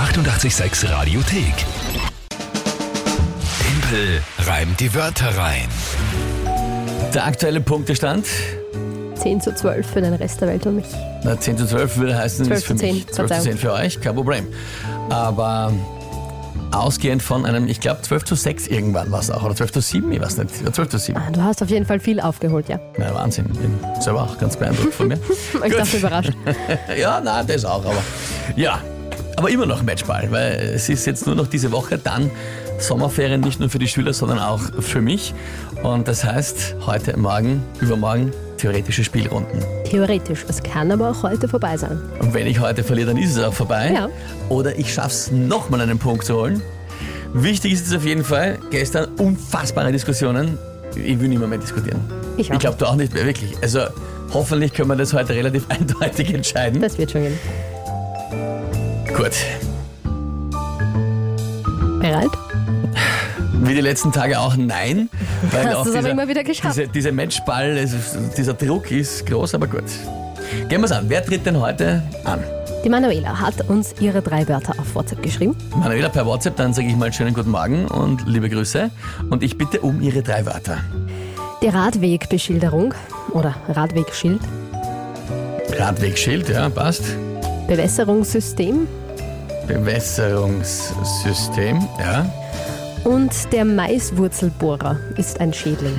886 Radiothek. Tempel reimt die Wörter rein. Der aktuelle Punktestand? 10:12 für den Rest der Welt und mich. Na, 10:12 würde heißen, 12 ist für zu 10, mich 12:10 für euch, kein Problem. Aber ausgehend von einem, ich glaube 12:6 irgendwann war es auch, oder 12:7, ich weiß nicht, oder 12:7. Du hast auf jeden Fall viel aufgeholt, ja. Na, Wahnsinn, bin selber auch ganz beeindruckt von mir. Ich dachte, überrascht. Ja, na, das auch, aber ja, aber immer noch Matchball, weil es ist jetzt nur noch diese Woche, dann Sommerferien nicht nur für die Schüler, sondern auch für mich. Und das heißt, heute, morgen, übermorgen theoretische Spielrunden. Theoretisch, es kann aber auch heute vorbei sein. Und wenn ich heute verliere, dann ist es auch vorbei. Ja. Oder ich schaffe es nochmal einen Punkt zu holen. Wichtig ist es auf jeden Fall, gestern unfassbare Diskussionen. Ich will nicht mehr diskutieren. Ich auch. Ich glaube, du auch nicht mehr, wirklich. Also hoffentlich können wir das heute relativ eindeutig entscheiden. Das wird schon gehen. Gut. Bereit? Wie die letzten Tage auch nein. Weil Hast auch du es aber immer wieder geschafft. Diese Matchball, dieser Druck ist groß, aber gut. Gehen wir es an. Wer tritt denn heute an? Die Manuela hat uns ihre 3 Wörter auf WhatsApp geschrieben. Manuela per WhatsApp, dann sage ich mal schönen guten Morgen und liebe Grüße. Und ich bitte um ihre 3 Wörter. Die Radwegbeschilderung oder Radwegschild, Radwegschild, ja, passt. Bewässerungssystem Bewässerungssystem, ja. und der Maiswurzelbohrer ist ein Schädling.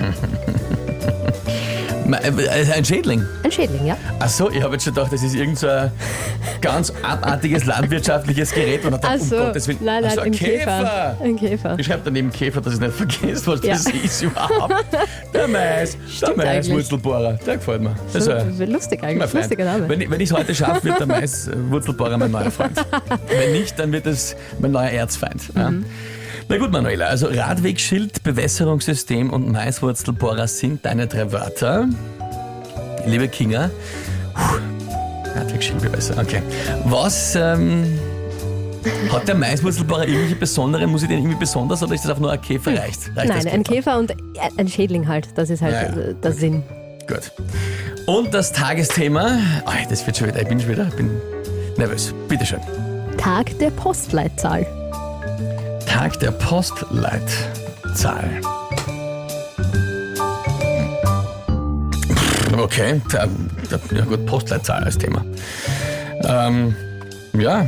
Ein Schädling? Ein Schädling, ja. Ach so, ich habe jetzt schon gedacht, das ist irgend so ein ganz abartiges landwirtschaftliches Gerät. Und Ach so, Gottes Willen. nein, Also ein Käfer. Ein Käfer. Ich schreibe daneben Käfer, dass ich nicht vergesst, was Ja. das ist überhaupt. Der Stimmt Maiswurzelbohrer, der gefällt mir. Also, Lustig mein eigentlich, Freund. lustiger Name. Wenn ich es heute schaffe, wird der Maiswurzelbohrer mein neuer Freund. Wenn nicht, dann wird es mein neuer Erzfeind. Ja. Na gut, Manuela, also Radwegschild, Bewässerungssystem und Maiswurzelbohrer sind deine 3 Wörter. Liebe Kinga, Radwegschild, Bewässer, okay. Was hat der Maiswurzelbohrer irgendwelche besonderen, muss ich den irgendwie besonders oder ist das einfach nur ein Käfer reicht Nein, das ein Käfer und ein Schädling halt. Das ist halt Ja, ja. der Sinn. Gut. Und das Tagesthema, das wird schon wieder, ich bin nervös. Bitteschön. Tag der Postleitzahl. Tag der Postleitzahl. Okay, ja gut, Postleitzahl als Thema. Ja,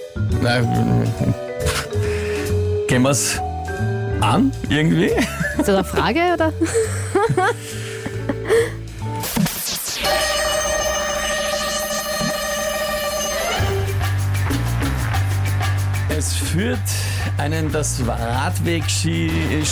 gehen wir es an irgendwie? Ist das eine Frage oder? Es führt einen das Radwegschild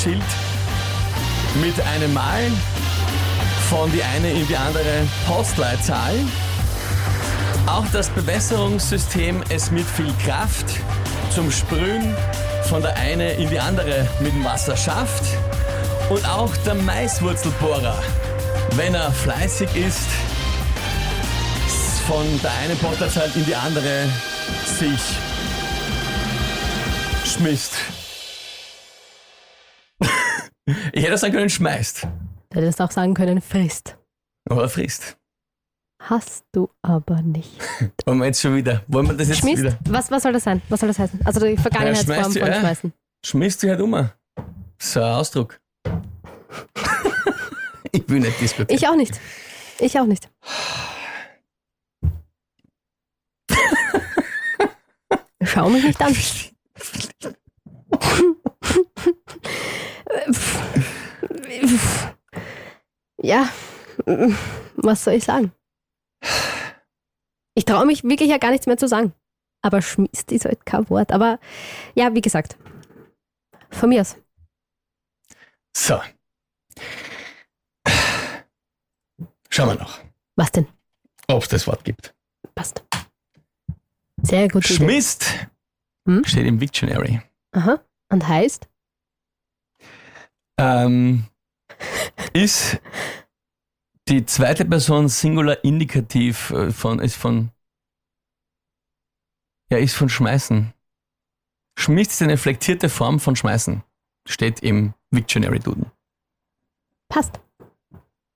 mit einem Mal von die eine in die andere Postleitzahl. Auch das Bewässerungssystem es mit viel Kraft zum Sprühen von der eine in die andere mit dem Wasser schafft. Und auch der Maiswurzelbohrer, wenn er fleißig ist, von der einen Postleitzahl in die andere sich schmisst. Ich hätte sagen können, schmeißt. Du hättest auch sagen können, frisst. Oder frisst. Hast du aber nicht. Wollen wir jetzt schon wieder? Wollen wir das jetzt Schmisst? wieder? Was soll das sein? Was soll das heißen? Also die Vergangenheitsform von schmeißen. Schmisst sich halt um. So ein Ausdruck. Ich will nicht diskutieren. Ich auch nicht. Ich auch nicht. Schau mich nicht an. Ja, was soll ich sagen? Ich traue mich wirklich ja gar nichts mehr zu sagen. Aber schmisst ist halt kein Wort. Aber ja, wie gesagt, von mir aus. So. Schauen wir noch, Was denn? ob es das Wort gibt. Passt. Sehr gut. Schmisst steht im Dictionary. Aha. Und heißt? Ist die zweite Person Singular Indikativ ist von Schmeißen. Schmisst ist eine reflektierte Form von Schmeißen. Steht im Dictionary-Duden. Passt.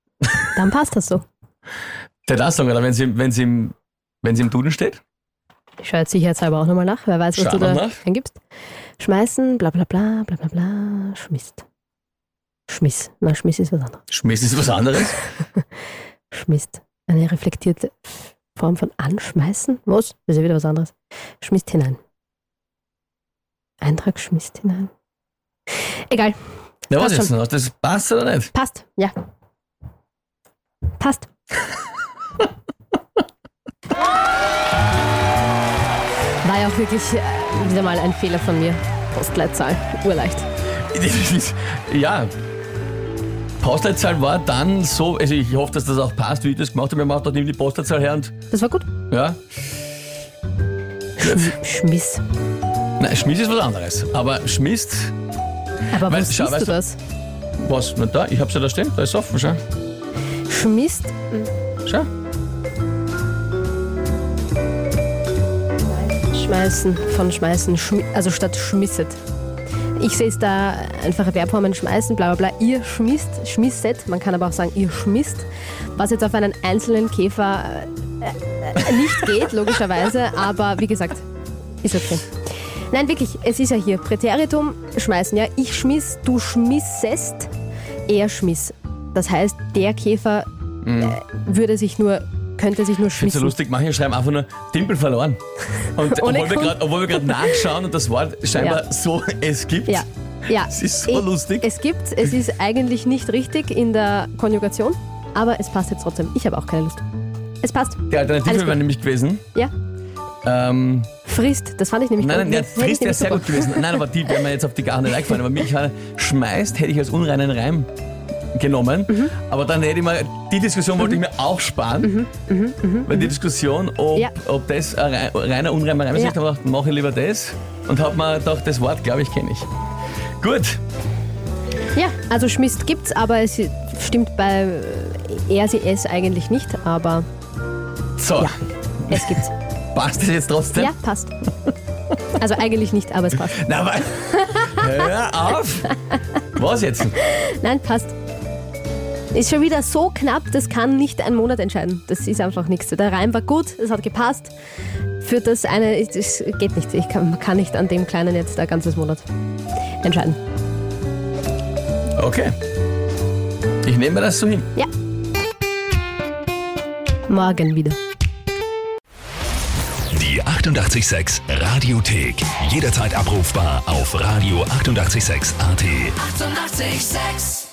Dann passt das so. Der das sagen, oder wenn sie im Duden steht? Ich schaue jetzt sicherheitshalber auch nochmal nach. Wer weiß, was Schau du da nach. eingibst. Schmeißen, bla bla bla, bla bla bla, schmisst. Schmiss. Na, Schmiss ist was anderes. Schmiss ist was anderes. Schmisst. Eine reflektierte Form von Anschmeißen? Was? Das ist ja wieder was anderes. Schmisst hinein. Eintrag schmisst hinein. Egal. Ja, was Passt jetzt schon. noch? Das passt oder nicht? Passt. Ja. Passt. War ja auch wirklich wieder mal ein Fehler von mir. Postleitzahl. Urleicht. Ja. Postleitzahl war dann so, also ich hoffe, dass das auch passt, wie ich das gemacht habe. Wir machen doch nimm die Postleitzahl her und Das war gut. ja. Schmiss. Nein, Schmiss ist was anderes. Aber Schmist, Aber Weil, was schau, siehst weißt du du- das? was? Na da, ich hab's ja da stehen, da ist offen, schau. Schmisst. Schau. Schmeißen, von schmeißen, also statt schmisset. Ich sehe es da einfache Verbformen schmeißen, bla bla bla. Ihr schmisst, schmisset, man kann aber auch sagen, ihr schmisst, was jetzt auf einen einzelnen Käfer nicht geht, logischerweise, aber wie gesagt, ist okay. Nein, wirklich, es ist ja hier Präteritum, schmeißen, ja. Ich schmiss, du schmissest, er schmiss. Das heißt, der Käfer könnte sich nur Ich find's so schmissen. lustig, manche schreiben einfach nur Timpel verloren. Und Ohne obwohl wir gerade nachschauen und das Wort scheinbar Ja. so es gibt. Ja, ja. Es ist so lustig. Es ist eigentlich nicht richtig in der Konjugation, aber es passt jetzt trotzdem. Ich habe auch keine Lust. Es passt. Die Alternative Alles wäre gut. nämlich gewesen. Ja. Frisst, das fand ich nämlich Nein, das hätte ich Frist wäre nämlich sehr super. gut gewesen. Nein, aber die wäre mir jetzt auf die gar nicht eingefallen. Aber mich schmeißt hätte ich als unreinen Reim genommen. Aber dann hätte ich mal, die Diskussion wollte ich mir auch sparen. Weil die Diskussion, Ja. ob das ein reiner unreiner Reim ist, Ja. ich habe gedacht, mache ich lieber das. Und habe mir gedacht, das Wort, glaube ich, kenne ich. Gut. Ja, also Schmist gibt's, aber es stimmt bei er, sie, es eigentlich nicht, aber So, Ja. es gibt's. passt das jetzt trotzdem? Ja, passt. Also eigentlich nicht, aber es passt. Na, aber hör auf! Was jetzt? Nein, passt. Ist schon wieder so knapp, das kann nicht einen Monat entscheiden. Das ist einfach nichts. Der Reim war gut, es hat gepasst. Für das eine, es geht nicht. Man kann nicht an dem Kleinen jetzt ein ganzes Monat entscheiden. Okay. Ich nehme das so hin. Ja. Morgen wieder. Die 88,6 Radiothek. Jederzeit abrufbar auf radio886.at. 88,6. Eighty-eight, sex.